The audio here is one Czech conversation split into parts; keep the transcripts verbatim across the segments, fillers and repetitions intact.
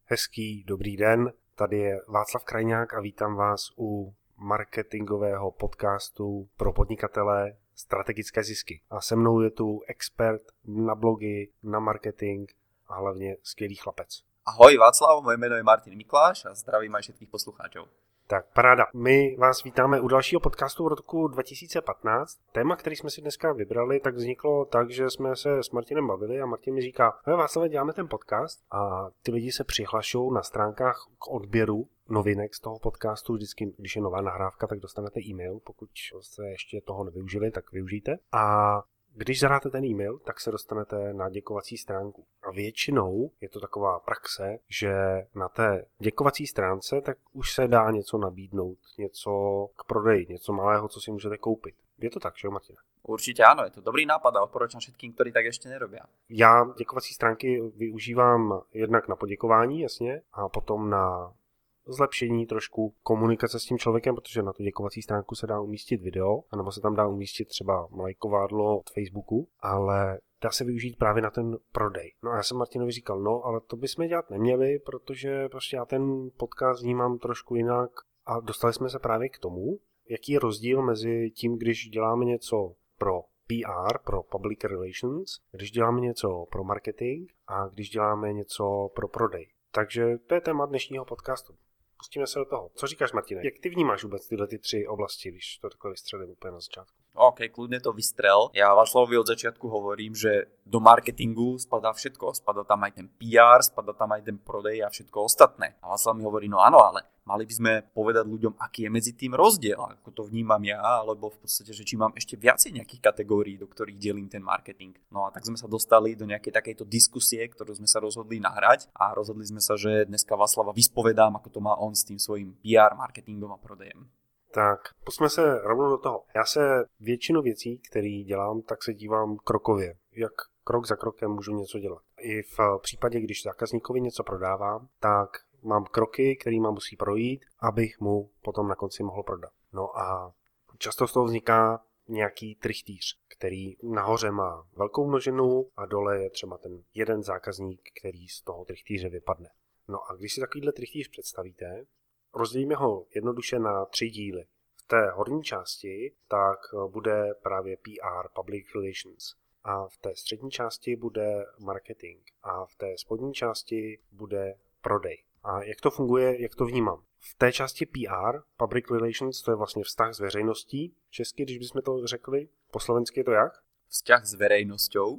Hezký dobrý den, tady je Václav Krajňák a vítám vás u marketingového podcastu pro podnikatele Strategické zisky. A se mnou je tu expert na blogy, na marketing a hlavně skvělý chlapec. Ahoj Václav, moje jméno je Martin Mikláš a zdravím aj všetkých poslucháčov. Tak, paráda. My vás vítáme u dalšího podcastu v roku dva tisíce patnáct. Téma, který jsme si dneska vybrali, tak vzniklo tak, že jsme se s Martinem bavili a Martin mi říká, hej Václav, děláme ten podcast a ty lidi se přihlašují na stránkách k odběru novinek z toho podcastu. Vždycky, když je nová nahrávka, tak dostanete e-mail. Pokud jste ještě toho nevyužili, tak využijte. A když zadáte ten e-mail, tak se dostanete na děkovací stránku. A většinou je to taková praxe, že na té děkovací stránce tak už se dá něco nabídnout, něco k prodeji, něco malého, co si můžete koupit. Je to tak, že jo, Martina? Určite áno, je to dobrý nápad a odporúčam všetkým, ktorí tak ešte nerobia. Já děkovací stránky využívám jednak na poděkování, jasně, a potom na zlepšení trošku komunikace s tím člověkem, protože na tu děkovací stránku se dá umístit video, anebo se tam dá umístit třeba lajkovádlo od Facebooku, ale dá se využít právě na ten prodej. No a já jsem Martinovi říkal, no ale to bychom dělat neměli, protože prostě já ten podcast vnímám trošku jinak a dostali jsme se právě k tomu, jaký je rozdíl mezi tím, když děláme něco pro P R, pro Public Relations, když děláme něco pro marketing a když děláme něco pro prodej. Takže to je téma dnešního podcastu. Pustíme se do toho. Co říkáš, Martine? Jak ty vnímáš vůbec tyhle ty tři oblasti, když to takhle vystřelím úplně na začátku? OK, kľudne to vystrel. Ja Václavovi od začiatku hovorím, že do marketingu spadá všetko. Spadá tam aj ten P R, spadá tam aj ten prodej a všetko ostatné. A Václav mi hovorí, no áno, ale mali by sme povedať ľuďom, aký je medzi tým rozdiel, ako to vnímam ja, alebo v podstate, že či mám ešte viacej nejakých kategórií, do ktorých delím ten marketing. No a tak sme sa dostali do nejakej takejto diskusie, ktorú sme sa rozhodli nahrať a rozhodli sme sa, že dneska Václava vyspovedám, ako to má on s tým svojím P R, marketingom a prodejem. Tak, pojďme se rovnou do toho. Já se většinu věcí, které dělám, tak se dívám krokově. Jak krok za krokem můžu něco dělat. I v případě, když zákazníkovi něco prodávám, tak mám kroky, kterýma musí projít, abych mu potom na konci mohl prodat. No a často z toho vzniká nějaký trichtýř, který nahoře má velkou množinu a dole je třeba ten jeden zákazník, který z toho trichtýře vypadne. No a když si takovýhle trichtýř představíte, rozdělíme ho jednoduše na tři díly. V té horní části tak bude právě P R, Public Relations. A v té střední části bude marketing. A v té spodní části bude prodej. A jak to funguje, jak to vnímám? V té části P R, Public Relations, to je vlastně vztah s veřejností. Česky, když bychom to řekli, po slovensky je to jak? Vzťah s verejnosťou.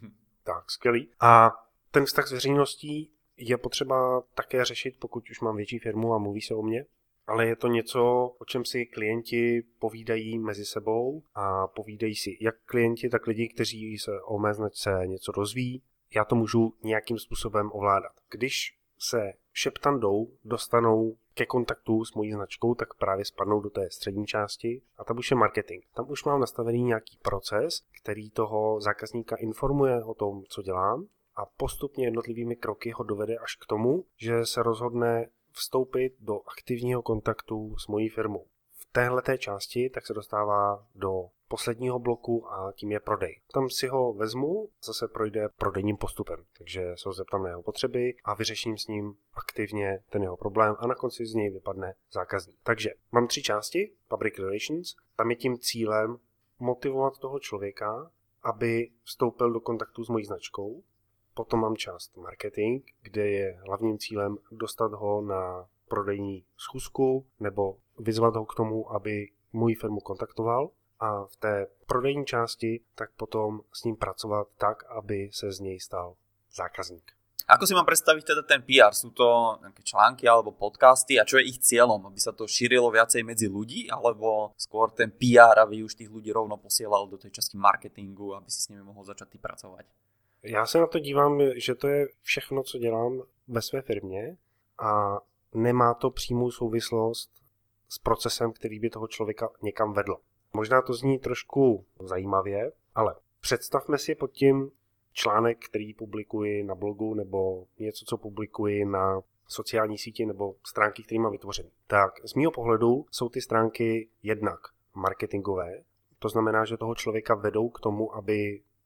Tak, skvělý. A ten vztah s veřejností je potřeba také řešit, pokud už mám větší firmu a mluví se o mně, ale je to něco, o čem si klienti povídají mezi sebou a povídají si jak klienti, tak lidi, kteří se o mé značce něco dozví. Já to můžu nějakým způsobem ovládat. Když se šeptandou dostanou ke kontaktu s mojí značkou, tak právě spadnou do té střední části a tam už je marketing. Tam už mám nastavený nějaký proces, který toho zákazníka informuje o tom, co dělám, a postupně jednotlivými kroky ho dovede až k tomu, že se rozhodne vstoupit do aktivního kontaktu s mojí firmou. V téhleté části tak se dostává do posledního bloku a tím je prodej. Tam si ho vezmu, zase projde prodejním postupem, takže se ho zeptám na jeho potřeby a vyřeším s ním aktivně ten jeho problém a na konci z něj vypadne zákazník. Takže mám tři části, Public Relations, tam je tím cílem motivovat toho člověka, aby vstoupil do kontaktu s mojí značkou. Potom mám část marketing, kde je hlavním cílem dostat ho na prodejní schůzku nebo vyzvat ho k tomu, aby moji firmu kontaktoval. A v té prodejní části tak potom s ním pracovat tak, aby se z něj stal zákazník. Ako si mám predstaviť teda ten P R? Sú to nejaké články alebo podcasty a čo je ich cieľom? Aby sa to šírilo viacej medzi ľudí alebo skôr ten P R, aby už tých ľudí rovno posielal do tej časti marketingu, aby si s nimi mohol začať ty pracovať? Já se na to dívám, že to je všechno, co dělám ve své firmě a nemá to přímou souvislost s procesem, který by toho člověka někam vedl. Možná to zní trošku zajímavě, ale představme si pod tím článek, který publikuji na blogu nebo něco, co publikuji na sociální síti nebo stránky, které mám vytvořené. Tak z mýho pohledu jsou ty stránky jednak marketingové, to znamená, že toho člověka vedou k tomu, aby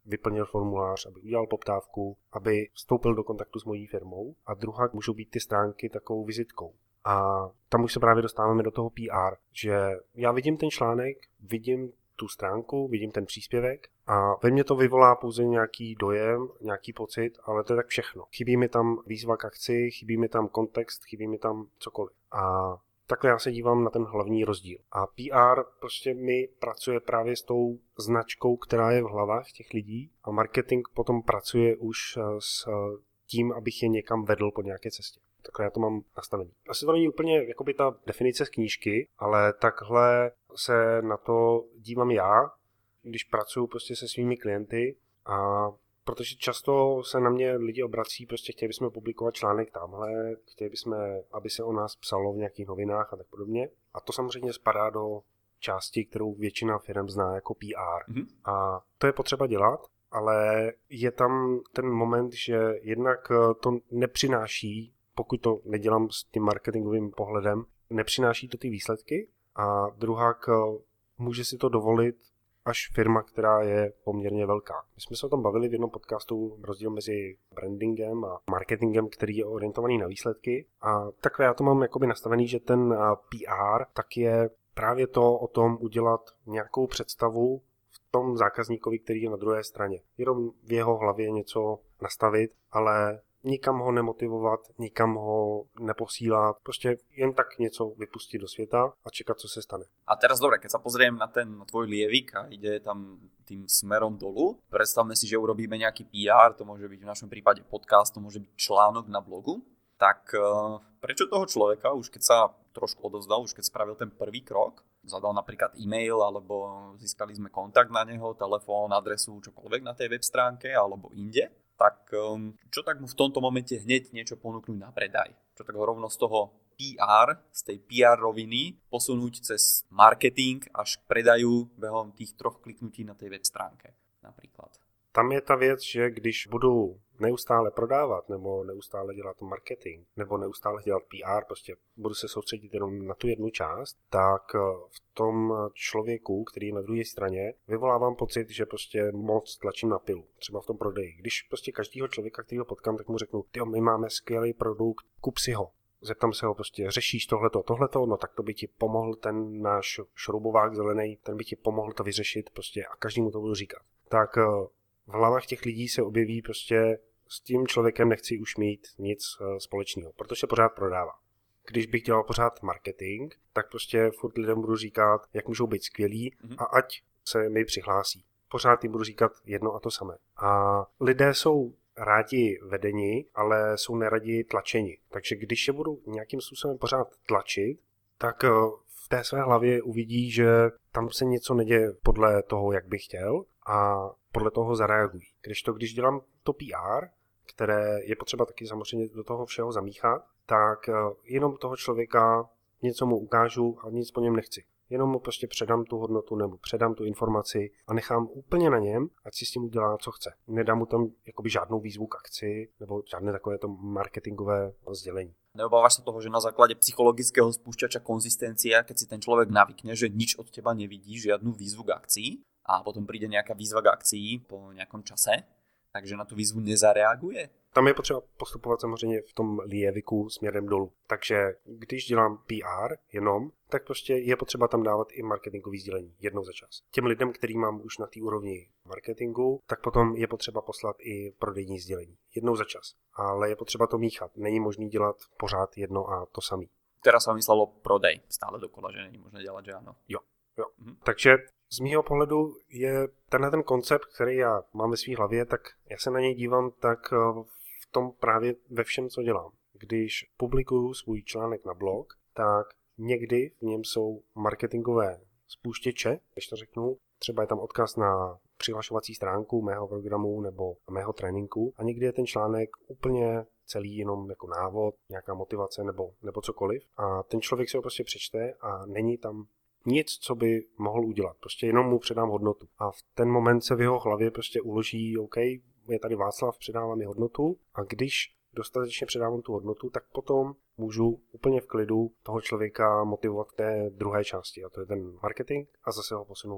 vyplnil formulář, aby udělal poptávku, aby vstoupil do kontaktu s mojí firmou a druhá můžou být ty stránky takovou vizitkou. A tam už se právě dostáváme do toho P R, že já vidím ten článek, vidím tu stránku, vidím ten příspěvek a ve mně to vyvolá pouze nějaký dojem, nějaký pocit, ale to je tak všechno. Chybí mi tam výzva k akci, chybí mi tam kontext, chybí mi tam cokoliv. A takhle já se dívám na ten hlavní rozdíl. A P R prostě mi pracuje právě s tou značkou, která je v hlavách těch lidí a marketing potom pracuje už s tím, abych je někam vedl po nějaké cestě. Takhle já to mám nastavený. Asi to není úplně jakoby ta definice z knížky, ale takhle se na to dívám já, když pracuji prostě se svými klienty a protože často se na mě lidi obrací, prostě chtěli bychom publikovat článek tamhle, chtěli bychom, aby se o nás psalo v nějakých novinách a tak podobně. A to samozřejmě spadá do části, kterou většina firm zná jako P R. Mm-hmm. A to je potřeba dělat, ale je tam ten moment, že jednak to nepřináší, pokud to nedělám s tím marketingovým pohledem, nepřináší to ty výsledky a druhák může si to dovolit až firma, která je poměrně velká. My jsme se o tom bavili v jednom podcastu, rozdíl mezi brandingem a marketingem, který je orientovaný na výsledky. A takhle já to mám jakoby nastavený, že ten P R tak je právě to o tom udělat nějakou představu v tom zákazníkovi, který je na druhé straně. Jenom v jeho hlavě něco nastavit, ale nikam ho nemotivovat, nikam ho neposílat, prostě jen tak něco vypustit do světa a čekat, co se stane. A teraz dobre, keď sa pozriem na ten na tvoj lievik a ide tam tým smerom dolu, predstavme si, že urobíme nejaký P R, to môže byť v našom prípade podcast, to môže byť článok na blogu, tak prečo toho človeka, už keď sa trošku odovzdal, už keď spravil ten prvý krok, zadal napríklad e-mail, alebo získali sme kontakt na neho, telefón, adresu, čokoľvek na tej web stránke, alebo inde, tak čo tak mu v tomto momente hneď niečo ponúknuť na predaj? Čo tak ho rovno z toho P R, z tej P R roviny posunúť cez marketing až k predaju behom tých troch kliknutí na tej web stránke napríklad? Tam je ta věc, že když budu neustále prodávat, nebo neustále dělat marketing, nebo neustále dělat P R, prostě budu se soustředit jenom na tu jednu část, tak v tom člověku, který je na druhé straně, vyvolávám pocit, že prostě moc tlačím na pilu, třeba v tom prodeji. Když prostě každýho člověka, kterýho potkám, tak mu řeknu, tyjo, my máme skvělý produkt, kup si ho. Zeptám se ho prostě, řešíš tohleto, tohleto, no tak to by ti pomohl ten náš šroubovák zelený, ten by ti pomohl to vyřešit prostě a každému to budu říkat. Tak v hlavách těch lidí se objeví prostě s tím člověkem nechci už mít nic společného, protože pořád prodává. Když bych dělal pořád marketing, tak prostě furt lidem budu říkat, jak můžou být skvělí a ať se mi přihlásí. Pořád jim budu říkat jedno a to samé. A lidé jsou rádi vedeni, ale jsou neradi tlačeni. Takže když je budu nějakým způsobem pořád tlačit, tak v té své hlavě uvidí, že tam se něco neděje podle toho, jak bych chtěl a podle toho zareagují. Když to, když dělám to P R, které je potřeba taky samozřejmě do toho všeho zamíchat, tak jenom toho člověka něco mu ukážu a nic po něm nechci. Jenom mu prostě předám tu hodnotu nebo předám tu informaci a nechám úplně na něm, ať si s tím udělá, co chce. Nedám mu tam jakoby žádnou výzvu k akci nebo žádné takové to marketingové sdělení. Neobávaš sa toho, že na základe psychologického spúšťača konzistencia, keď si ten človek navykne, že nič od teba nevidí, žiadnu výzvu k akcii a potom príde nejaká výzva k akcii po nejakom čase, takže na tu výzvu nezareaguje? Tam je potřeba postupovat samozřejmě v tom lieviku směrem dolů. Takže když dělám P R jenom, tak prostě je potřeba tam dávat i marketingový sdělení jednou za čas. Těm lidem, který mám už na té úrovni marketingu, tak potom je potřeba poslat i prodejní sdělení jednou za čas. Ale je potřeba to míchat. Není možný dělat pořád jedno a to samý. Teraz sa myslelo prodej stále dokola, že není možné dělat, že ano. Jo, jo. Mhm. Takže z mýho pohledu je tenhle ten koncept, který já mám ve své hlavě, tak já se na něj dívám tak v tom právě ve všem, co dělám. Když publikuju svůj článek na blog, tak někdy v něm jsou marketingové spouštěče, když to řeknu, třeba je tam odkaz na přihlašovací stránku mého programu nebo mého tréninku a někdy je ten článek úplně celý jenom jako návod, nějaká motivace nebo, nebo cokoliv a ten člověk si ho prostě přečte a není tam nic, co by mohl udělat. Prostě jenom mu předám hodnotu. A v ten moment se v jeho hlavě prostě uloží, OK, je tady Václav, předává mi hodnotu a když dostatečně předávám tu hodnotu, tak potom můžu úplně v klidu toho člověka motivovat k té druhé části a to je ten marketing a zase ho posunout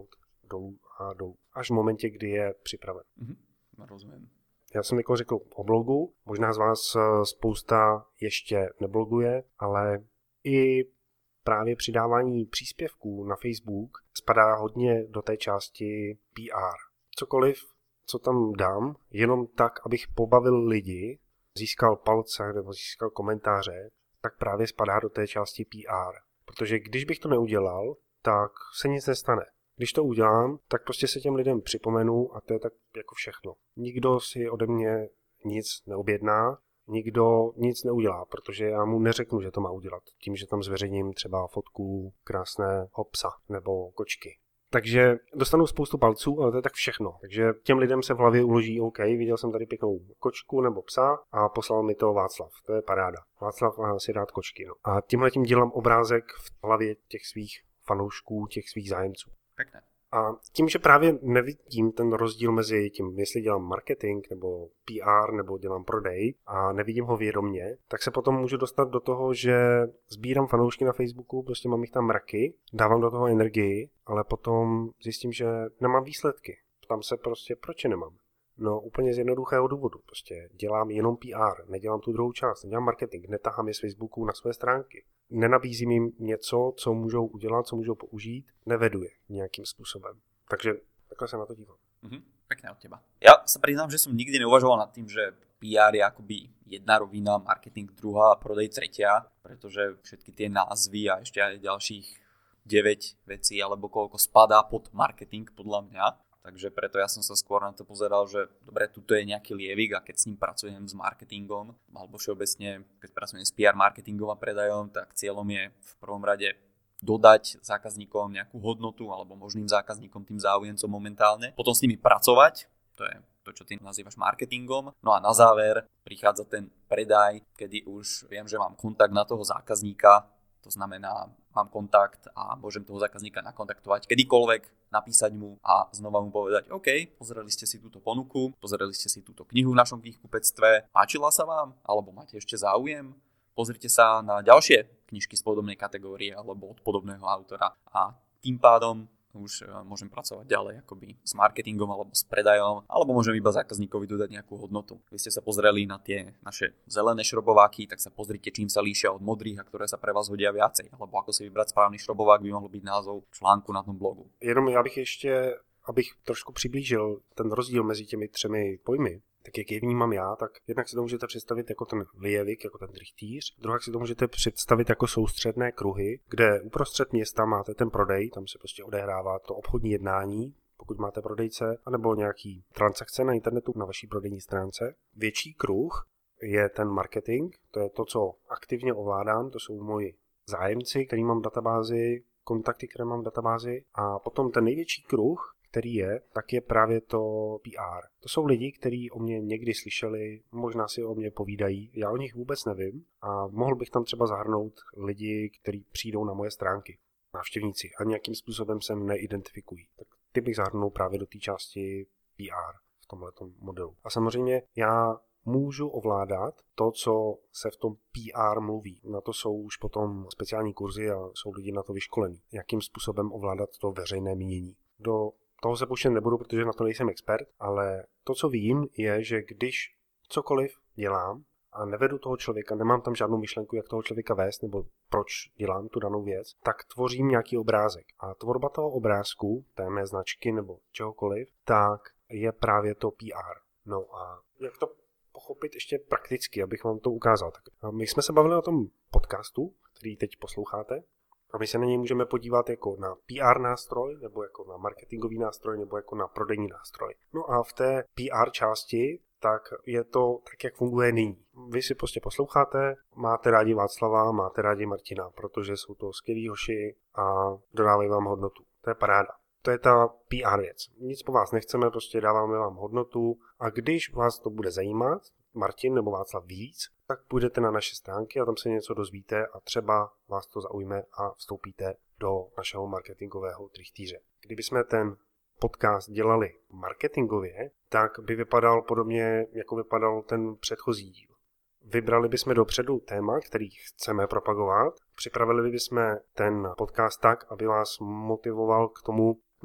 dolů a dolů. Až v momentě, kdy je připraven. Mm-hmm. Rozumím. Já jsem jako řekl o blogu, možná z vás spousta ještě nebloguje, ale i právě přidávání příspěvků na Facebook spadá hodně do té části P R. Cokoliv, co tam dám, jenom tak, abych pobavil lidi, získal palce nebo získal komentáře, tak právě spadá do té části P R. Protože když bych to neudělal, tak se nic nestane. Když to udělám, tak prostě se těm lidem připomenu a to je tak jako všechno. Nikdo si ode mě nic neobjedná, nikdo nic neudělá, protože já mu neřeknu, že to má udělat. Tím, že tam zveřejním třeba fotku krásného psa nebo kočky. Takže dostanu spoustu palců, ale to je tak všechno. Takže těm lidem se v hlavě uloží, OK, viděl jsem tady pěknou kočku nebo psa a poslal mi to Václav. To je paráda. Václav má si rád kočky. No. A tímhletím dělám obrázek v hlavě těch svých fanoušků, těch svých zájemců. Pěkné. A tím, že právě nevidím ten rozdíl mezi tím, jestli dělám marketing nebo P R nebo dělám prodej a nevidím ho vědomě, tak se potom můžu dostat do toho, že sbírám fanoušky na Facebooku, prostě mám jich tam mraky, dávám do toho energii, ale potom zjistím, že nemám výsledky. Ptám se prostě, proč je nemám. No úplně z jednoduchého důvodu. Prostě dělám jenom P R, nedělám tu druhou část, nedělám marketing, netahám je z Facebooku na své stránky. Nenabízím jim něco, co můžou udělat, co můžou použít, nevedu je nějakým způsobem. Takže takhle se na to dívám. Mm-hmm. Pekné od teba. Ja sa priznám, že som nikdy neuvažoval nad tým, že P R je akoby jedna rovina, marketing druhá a prodej tretia, pretože všetky tie názvy a ešte aj ďalších deväť vecí alebo koľko spadá pod marketing podľa mňa. Takže preto ja som sa skôr na to pozeral, že dobre, tuto je nejaký lievik a keď s ním pracujem s marketingom, alebo všeobecne, keď pracujem s P R marketingom a predajom, tak cieľom je v prvom rade dodať zákazníkom nejakú hodnotu alebo možným zákazníkom, tým záujemcom momentálne. Potom s nimi pracovať, to je to, čo ty nazývaš marketingom. No a na záver prichádza ten predaj, kedy už viem, že mám kontakt na toho zákazníka, to znamená, mám kontakt a môžem toho zákazníka nakontaktovať kedykoľvek, napísať mu a znova mu povedať, OK, pozreli ste si túto ponuku, pozreli ste si túto knihu v našom knihkupectve, páčila sa vám, alebo máte ešte záujem, pozrite sa na ďalšie knižky z podobnej kategórie alebo od podobného autora a tým pádom už môžem pracovať ďalej akoby s marketingom alebo s predajom, alebo môžem iba zákazníkovi dodať nejakú hodnotu. Vy ste sa pozreli na tie naše zelené šrobováky, tak sa pozrite, čím sa líšia od modrých a ktoré sa pre vás hodia viacej, alebo ako si vybrať správny šrobovák by mohol byť názov článku na tom blogu. Jenom já bych ještě, abych trošku přiblížil ten rozdíl mezi těmi třemi pojmy, tak jak je vnímám já, tak jednak si to můžete představit jako ten lievik, jako ten trichtýř, druhak si to můžete představit jako soustředné kruhy, kde uprostřed města máte ten prodej, tam se prostě odehrává to obchodní jednání, pokud máte prodejce, anebo nějaký transakce na internetu na vaší prodejní stránce. Větší kruh je ten marketing, to je to, co aktivně ovládám, to jsou moji zájemci, který mám v databázi, kontakty, které mám v databázi, a potom ten největší kruh, který je, tak je právě to P R. To jsou lidi, kteří o mě někdy slyšeli, možná si o mě povídají, já o nich vůbec nevím a mohl bych tam třeba zahrnout lidi, kteří přijdou na moje stránky, návštěvníci, a nějakým způsobem se neidentifikují. Tak ty bych zahrnul právě do té části P R v tomhletom modelu. A samozřejmě já můžu ovládat to, co se v tom P R mluví. Na to jsou už potom speciální kurzy a jsou lidi na to vyškolení. Jakým způsobem ovládat to veřejné mínění. Do toho se pouštět nebudu, protože na to nejsem expert, ale to, co vím, je, že když cokoliv dělám a nevedu toho člověka, nemám tam žádnou myšlenku, jak toho člověka vést nebo proč dělám tu danou věc, tak tvořím nějaký obrázek. A tvorba toho obrázku, té mé značky nebo čehokoliv, tak je právě to P R. No a jak to pochopit ještě prakticky, abych vám to ukázal. Tak my jsme se bavili o tom podcastu, který teď posloucháte, a my se na něj můžeme podívat jako na P R nástroj, nebo jako na marketingový nástroj, nebo jako na prodejní nástroj. No a v té P R části, tak je to tak, jak funguje nyní. Vy si prostě posloucháte, máte rádi Václava, máte rádi Martina, protože jsou to skvělí hoši a dodávají vám hodnotu. To je paráda. To je ta P R věc. Nic po vás nechceme, prostě dáváme vám hodnotu a když vás to bude zajímat, Martin nebo Václav víc, tak půjdete na naše stránky a tam se něco dozvíte a třeba vás to zaujme a vstoupíte do našeho marketingového trichtýře. Kdyby jsme ten podcast dělali marketingově, tak by vypadal podobně, jako vypadal ten předchozí díl. Vybrali bychom dopředu téma, který chceme propagovat, připravili bychom ten podcast tak, aby vás motivoval k tomu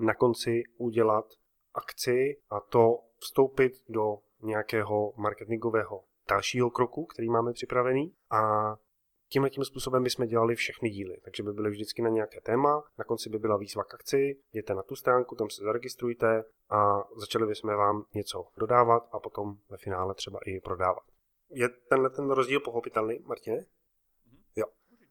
na konci udělat akci a to vstoupit do nějakého marketingového dalšího kroku, který máme připravený a tímhle tím způsobem bychom dělali všechny díly, takže by byly vždycky na nějaké téma, na konci by byla výzva k akci, jděte na tu stránku, tam se zaregistrujte a začali bychom vám něco dodávat a potom ve finále třeba i prodávat. Je tenhle ten rozdíl pochopitelný, Martine? Mm-hmm. Jo.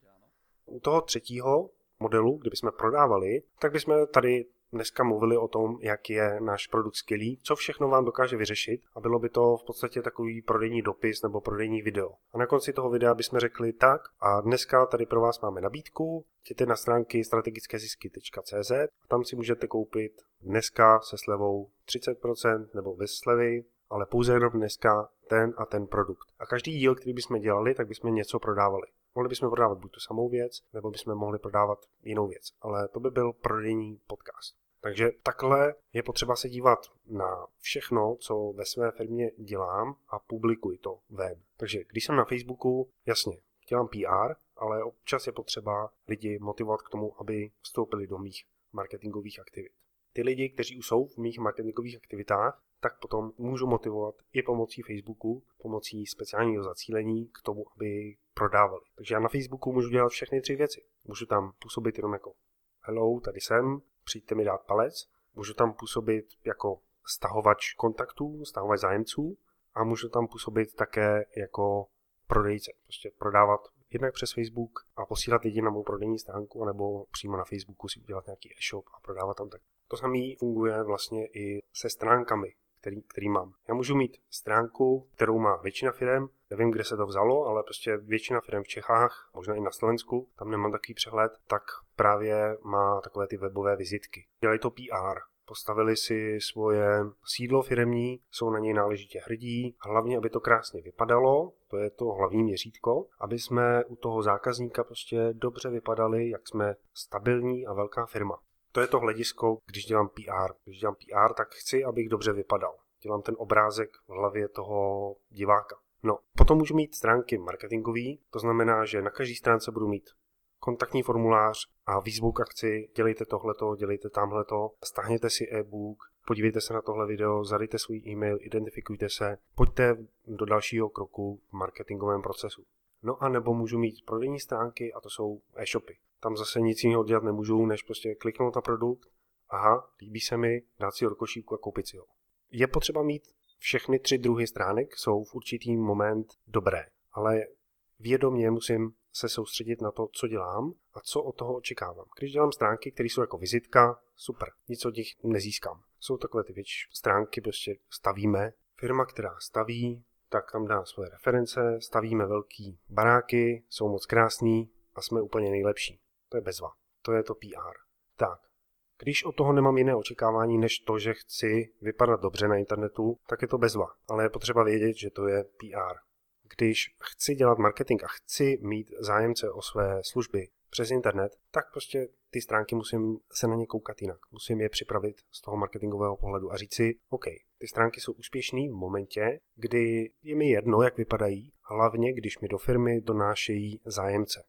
U toho třetího modelu, kdybychom prodávali, tak bychom tady dneska mluvili o tom, jak je náš produkt skvělý, co všechno vám dokáže vyřešit a bylo by to v podstatě takový prodejní dopis nebo prodejní video. A na konci toho videa bychom řekli tak a dneska tady pro vás máme nabídku, jděte na stránky strategické zisky tečka cé zet a tam si můžete koupit dneska se slevou třicet procent nebo bez slevy, ale pouze jenom dneska ten a ten produkt. A každý díl, který bychom dělali, tak bychom něco prodávali. Mohli bychom prodávat buď tu samou věc, nebo bychom mohli prodávat jinou věc, ale to by byl prodejní podcast. Takže takhle je potřeba se dívat na všechno, co ve své firmě dělám a publikuji to ven. Takže když jsem na Facebooku, jasně, dělám P R, ale občas je potřeba lidi motivovat k tomu, aby vstoupili do mých marketingových aktivit. Ty lidi, kteří už jsou v mých marketingových aktivitách, tak potom můžu motivovat i pomocí Facebooku, pomocí speciálního zacílení k tomu, aby prodávali. Takže já na Facebooku můžu dělat všechny tři věci. Můžu tam působit jenom jako hello, tady jsem, přijďte mi dát palec. Můžu tam působit jako stahovač kontaktů, stahovač zájemců a můžu tam působit také jako prodejce. Prostě prodávat jednak přes Facebook a posílat lidi na mou prodejní stránku nebo přímo na Facebooku si udělat nějaký e-shop a prodávat tam tak. To samé funguje vlastně i se stránkami, který, který mám. Já můžu mít stránku, kterou má většina firem, nevím, kde se to vzalo, ale prostě většina firem v Čechách, možná i na Slovensku, tam nemám takový přehled, tak právě má takové ty webové vizitky. Dělají to P R. Postavili si svoje sídlo firemní, jsou na něj náležitě hrdí, hlavně, aby to krásně vypadalo, to je to hlavní měřítko, aby jsme u toho zákazníka prostě dobře vypadali, jak jsme stabilní a velká firma. To je to hledisko, když dělám P R. Když dělám P R, tak chci, abych dobře vypadal. Dělám ten obrázek v hlavě toho diváka. No, potom můžu mít stránky marketingový, to znamená, že na každé stránce budu mít kontaktní formulář a výzvu k akci, dělejte tohleto, dělejte tamhleto, stáhněte si e-book, podívejte se na tohle video, zadejte svůj e-mail, identifikujte se, pojďte do dalšího kroku v marketingovém procesu. No a nebo můžu mít prodejní stránky a to jsou e-shopy. Tam zase nic jiného dělat nemůžu, než prostě kliknout na produkt, aha, líbí se mi, dát si ho do košíku a koupit si ho. Je potřeba mít všechny tři druhy stránek, jsou v určitý moment dobré, ale vědomě musím se soustředit na to, co dělám a co od toho očekávám. Když dělám stránky, které jsou jako vizitka, super, nic od nich nezískám. Jsou takové ty větší stránky, prostě stavíme. Firma, která staví, tak tam dá svoje reference, stavíme velký baráky, jsou moc krásný a jsme úplně nejlepší. To je bezva. To je to P R. Tak, když od toho nemám jiné očekávání, než to, že chci vypadat dobře na internetu, tak je to bezva. Ale je potřeba vědět, že to je P R. Když chci dělat marketing a chci mít zájemce o své služby přes internet, tak prostě ty stránky musím se na ně koukat jinak. Musím je připravit z toho marketingového pohledu a říct si, OK, ty stránky jsou úspěšný v momentě, kdy je mi jedno, jak vypadají, hlavně když mi do firmy donášejí zájemce.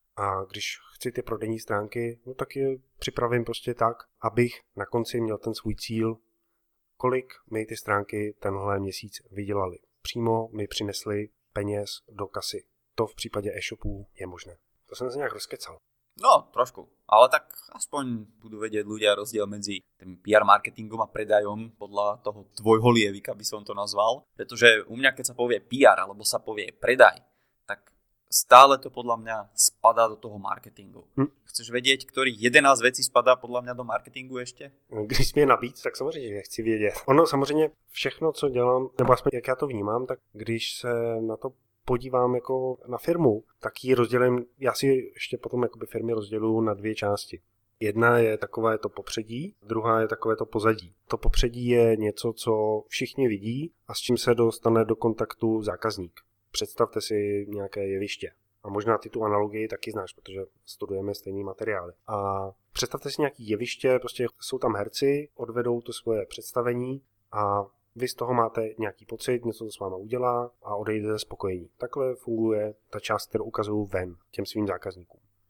A když chci ty prodejní stránky, no tak je připravím prostě tak, abych na konci měl ten svůj cíl, kolik mi ty stránky tenhle měsíc vydělaly. Přímo mi přinesly peněz do kasy. To v případě e-shopů je možné. To jsem se nějak rozkecal. No, trošku. Ale tak aspoň budú vedieť ľudia rozdiel medzi tým P R marketingom a predajom podľa toho tvojho lievika, by som to nazval. Pretože u mňa, keď sa povie P R alebo sa povie predaj, tak stále to podľa mňa spadá do toho marketingu. Hm. Chceš vedieť, ktorých jedenásť vecí spadá podľa mňa do marketingu ešte? Když mě nabít, tak samozřejmě, že chci vědět. Ono samozřejmě všechno, co dělám, nebo aspoň jak já to vnímám, tak když se na to podívám jako na firmu, tak ji rozdělím, já si ještě potom jakoby firmy rozděluju na dvě části. Jedna je takové to popředí, druhá je takové to pozadí. To popředí je něco, co všichni vidí a s čím se dostane do kontaktu zákazník. Představte si nějaké jeviště. A možná ty tu analogii taky znáš, protože studujeme stejný materiály. A představte si nějaké jeviště, prostě jsou tam herci, odvedou to svoje představení a vy z toho máte nějaký pocit, něco to s váma udělá a odejdete spokojení. Takhle funguje ta část, kterou ukazuju ven těm svým zákazníkům.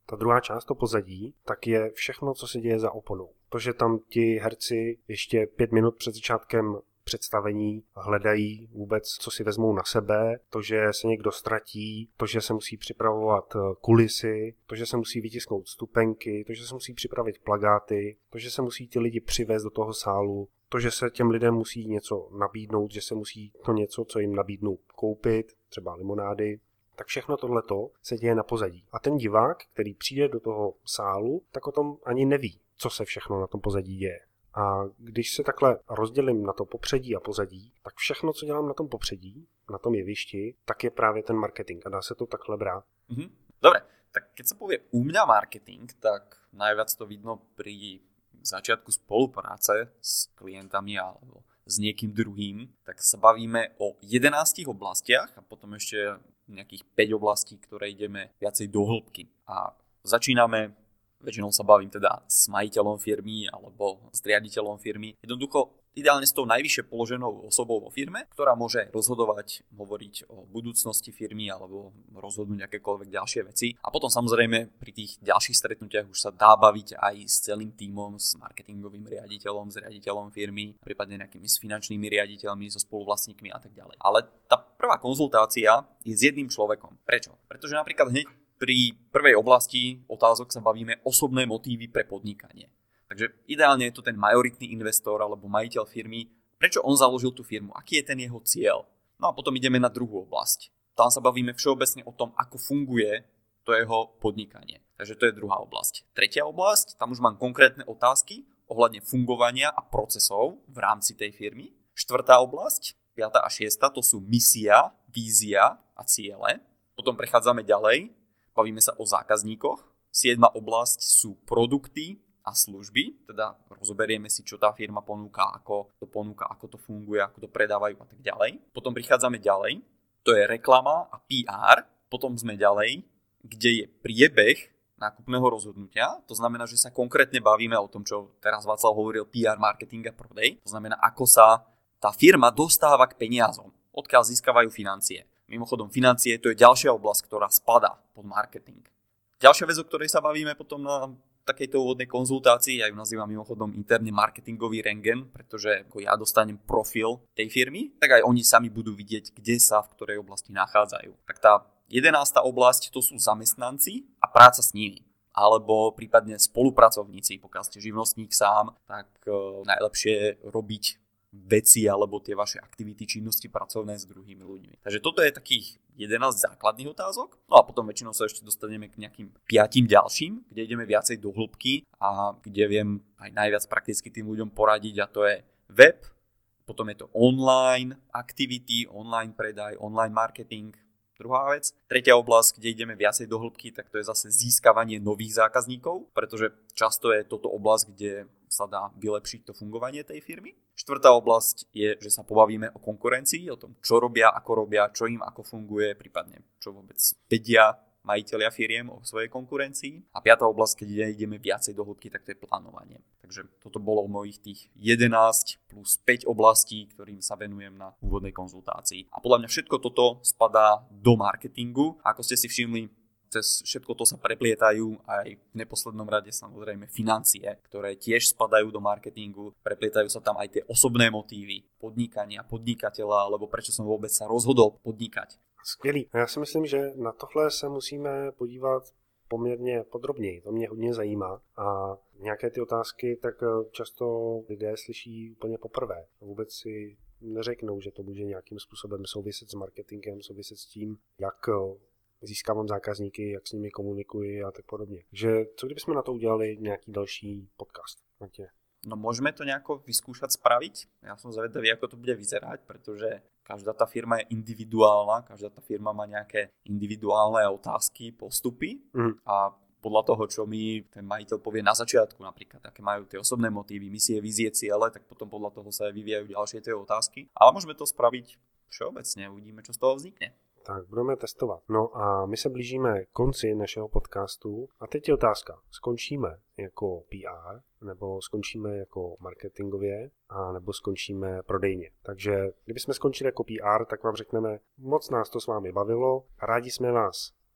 Ta druhá část, to pozadí, tak je všechno, co se děje za oponou. To, že tam ti herci ještě pět minut před začátkem představení hledají vůbec, co si vezmou na sebe, to, že se někdo ztratí, to, že se musí připravovat kulisy, to, že se musí vytisknout stupenky, to, že se musí připravit plakáty, to, že se musí ti lidi přivést do toho sálu, to, že se těm lidem musí něco nabídnout, že se musí to něco, co jim nabídnou, koupit, třeba limonády, tak všechno tohleto se děje na pozadí. A ten divák, který přijde do toho sálu, tak o tom ani neví, co se všechno na tom pozadí děje. A když se takhle rozdělím na to popředí a pozadí, tak všechno, co dělám na tom popředí, na tom jevišti, tak je právě ten marketing. A dá se to takhle brát. Mm-hmm. Dobre, tak keď sa povie u mňa marketing, tak najviac to vidno pri začiatku spolupráce s klientami alebo s niekým druhým, tak sa bavíme o jedenástich oblastiach a potom ešte nejakých päť oblastí, ktoré ideme viacej do hĺbky. A začíname, väčšinou sa bavím teda s majiteľom firmy alebo s riaditeľom firmy. Jednoducho ideálne s tou najvyššie položenou osobou vo firme, ktorá môže rozhodovať, hovoriť o budúcnosti firmy alebo rozhodnúť akékoľvek ďalšie veci. A potom samozrejme pri tých ďalších stretnutiach už sa dá baviť aj s celým tímom, s marketingovým riaditeľom, s riaditeľom firmy, prípadne nejakými s finančnými riaditeľmi, so spoluvlastníkmi a tak ďalej. Ale tá prvá konzultácia je s jedným človekom. Prečo? Pretože napríklad hneď pri prvej oblasti otázok sa bavíme osobné motívy pre podnikanie. Takže ideálne je to ten majoritný investor alebo majiteľ firmy, prečo on založil tú firmu, aký je ten jeho cieľ. No a potom ideme na druhú oblasť. Tam sa bavíme všeobecne o tom, ako funguje to jeho podnikanie. Takže to je druhá oblasť. Tretia oblasť, tam už mám konkrétne otázky ohľadne fungovania a procesov v rámci tej firmy. Štvrtá oblasť, piata a šiesta, to sú misia, vízia a ciele. Potom prechádzame ďalej. Bavíme sa o zákazníkoch. Siedma oblasť sú produkty a služby, teda rozoberieme si, čo tá firma ponúka, ako to ponúka, ako to funguje, ako to predávajú a tak ďalej. Potom prichádzame ďalej, to je reklama a pé er. Potom sme ďalej, kde je priebeh nákupného rozhodnutia. To znamená, že sa konkrétne bavíme o tom, čo teraz Václav hovoril, pé er, marketing a prodej. To znamená, ako sa tá firma dostáva k peniazom, odkiaľ získavajú financie. Mimochodom, financie to je ďalšia oblasť, ktorá spadá pod marketing. Ďalšia vec, o ktorej sa bavíme potom na takejto úvodnej konzultácii, ja ju nazývam mimochodom interne marketingový rentgen, pretože ako ja dostanem profil tej firmy, tak aj oni sami budú vidieť, kde sa v ktorej oblasti nachádzajú. Tak tá jedenásta oblasť, to sú zamestnanci a práca s nimi. Alebo prípadne spolupracovníci, pokiaľ ste živnostník sám, tak uh, najlepšie je robiť veci alebo tie vaše aktivity, činnosti pracovné s druhými ľuďmi. Takže toto je takých jedenásť základných otázok. No a potom väčšinou sa ešte dostaneme k nejakým piatim ďalším, kde ideme viacej do hĺbky a kde viem aj najviac prakticky tým ľuďom poradiť, a to je web, potom je to online activity, online predaj, online marketing. Druhá vec. Tretia oblasť, kde ideme viacej do hĺbky, tak to je zase získavanie nových zákazníkov, pretože často je toto oblasť, kde sa dá vylepšiť to fungovanie tej firmy. Štvrtá oblasť je, že sa pobavíme o konkurencii, o tom, čo robia, ako robia, čo im ako funguje, prípadne čo vôbec vedia majitelia firiem o svojej konkurencii. A piatá oblasť, keď ideme viacej do hĺbky, tak to je plánovanie. Takže toto bolo mojich tých jedenásť plus päť oblastí, ktorým sa venujem na úvodnej konzultácii. A podľa mňa všetko toto spadá do marketingu. A ako ste si všimli, cez všetko to sa preplietajú aj v neposlednom rade samozrejme financie, ktoré tiež spadajú do marketingu. Preplietajú sa tam aj tie osobné motívy podnikania, podnikateľa, alebo prečo som vôbec sa rozhodol podnikať. Skvělý. Já si myslím, že na tohle se musíme podívat poměrně podrobněji. To mě hodně zajímá. A nějaké ty otázky tak často lidé slyší úplně poprvé. Vůbec si neřeknou, že to může nějakým způsobem souviset s marketingem, souviset s tím, jak získávám zákazníky, jak s nimi komunikuji a tak podobně. Takže co kdybychom na to udělali nějaký další podcast? Matě? No môžeme to nejako vyskúšať spraviť. Ja som zvedavý, ako to bude vyzerať, pretože každá tá firma je individuálna, každá tá firma má nejaké individuálne otázky, postupy mm. a podľa toho, čo mi ten majiteľ povie na začiatku, napríklad, aké majú tie osobné motívy, misie, vízie, ciele, tak potom podľa toho sa vyvíjajú ďalšie tie otázky. Ale môžeme to spraviť všeobecne, uvidíme, čo z toho vznikne. Tak budeme testovat. No a my se blížíme konci našeho podcastu a teď je otázka. Skončíme jako pé er, nebo skončíme jako marketingově, a nebo skončíme prodejně. Takže kdybychom skončili jako pé er, tak vám řekneme, moc nás to s vámi bavilo, rádi jsme vás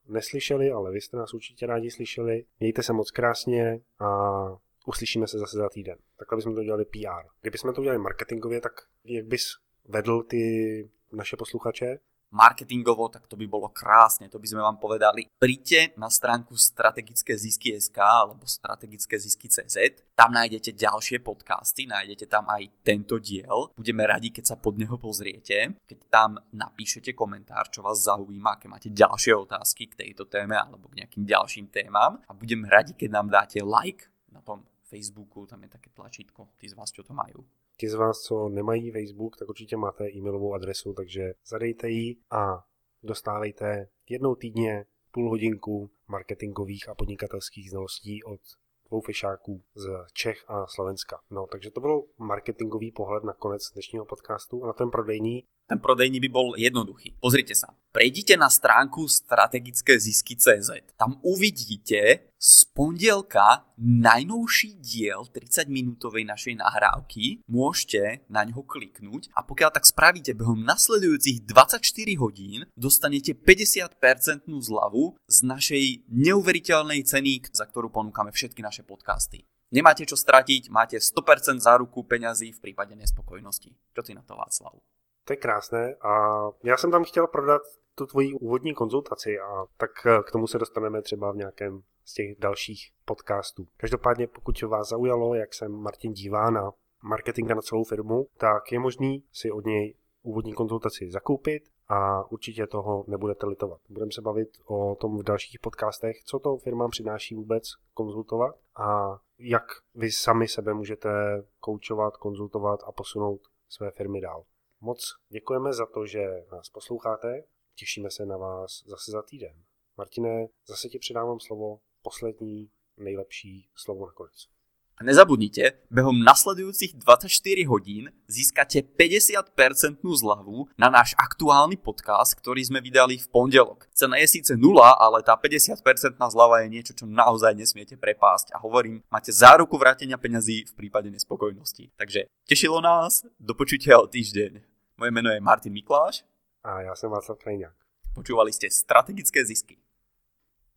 neslyšeli, ale vy jste nás určitě rádi slyšeli. Mějte se moc krásně a uslyšíme se zase za týden. Takhle bychom to dělali P R. Kdybychom to udělali marketingově, tak jak bys vedl ty naše posluchače? Marketingovo, tak to by bolo krásne, to by sme vám povedali. Príďte na stránku strategické zisky bodka es ká alebo strategické zisky bodka cé zet, tam nájdete ďalšie podcasty, nájdete tam aj tento diel. Budeme radi, keď sa pod neho pozriete, keď tam napíšete komentár, čo vás zaujíma, aké máte ďalšie otázky k tejto téme alebo k nejakým ďalším témam a budeme radi, keď nám dáte like na tom Facebooku, tam je také tlačítko, tí z vás, čo to majú. Ti z vás, co nemají Facebook, tak určitě máte e-mailovou adresu, takže zadejte ji a dostávejte jednou týdně půl hodinku marketingových a podnikatelských znalostí od dvou fešáků z Čech a Slovenska. No, takže to byl marketingový pohled na konec dnešního podcastu a na ten prodejní. Ten prodejní by bol jednoduchý. Pozrite sa. Prejdite na stránku strategické zisky bodka cé zet. Tam uvidíte z pondelka najnovší diel tridsaťminútovej našej nahrávky. Môžete na ňoho kliknúť a pokiaľ tak spravíte behom nasledujúcich dvadsaťštyri hodín, dostanete päťdesiat percent zľavu z našej neuveriteľnej ceny, za ktorú ponúkame všetky naše podcasty. Nemáte čo stratiť, máte sto percent záruku peňazí v prípade nespokojnosti. Čo ty na to, Václav? To je krásné a já jsem tam chtěl prodat tu tvoji úvodní konzultaci a tak k tomu se dostaneme třeba v nějakém z těch dalších podcastů. Každopádně pokud vás zaujalo, jak se Martin dívá na marketing na celou firmu, tak je možný si od něj úvodní konzultaci zakoupit a určitě toho nebudete litovat. Budeme se bavit o tom v dalších podcastech, co to firmám přináší vůbec konzultovat a jak vy sami sebe můžete koučovat, konzultovat a posunout své firmy dál. Moc děkujeme za to, že nás posloucháte. Těšíme se na vás zase za týden. Martine, zase ti předávám slovo, poslední, nejlepší slovo nakonec. A nezabudnite, behom nasledujúcich dvadsaťštyri hodín získate päťdesiat percent zľavu na náš aktuálny podcast, ktorý sme vydali v pondelok. Cena je síce nula, ale tá päťdesiat percent zľava je niečo, čo naozaj nesmiete prepásť. A hovorím, máte záruku vrátenia peňazí v prípade nespokojnosti. Takže tešilo nás, do počutia o týždeň. Moje meno je Martin Mikláš. A ja som Václav Krajňák. Počúvali ste Strategické zisky.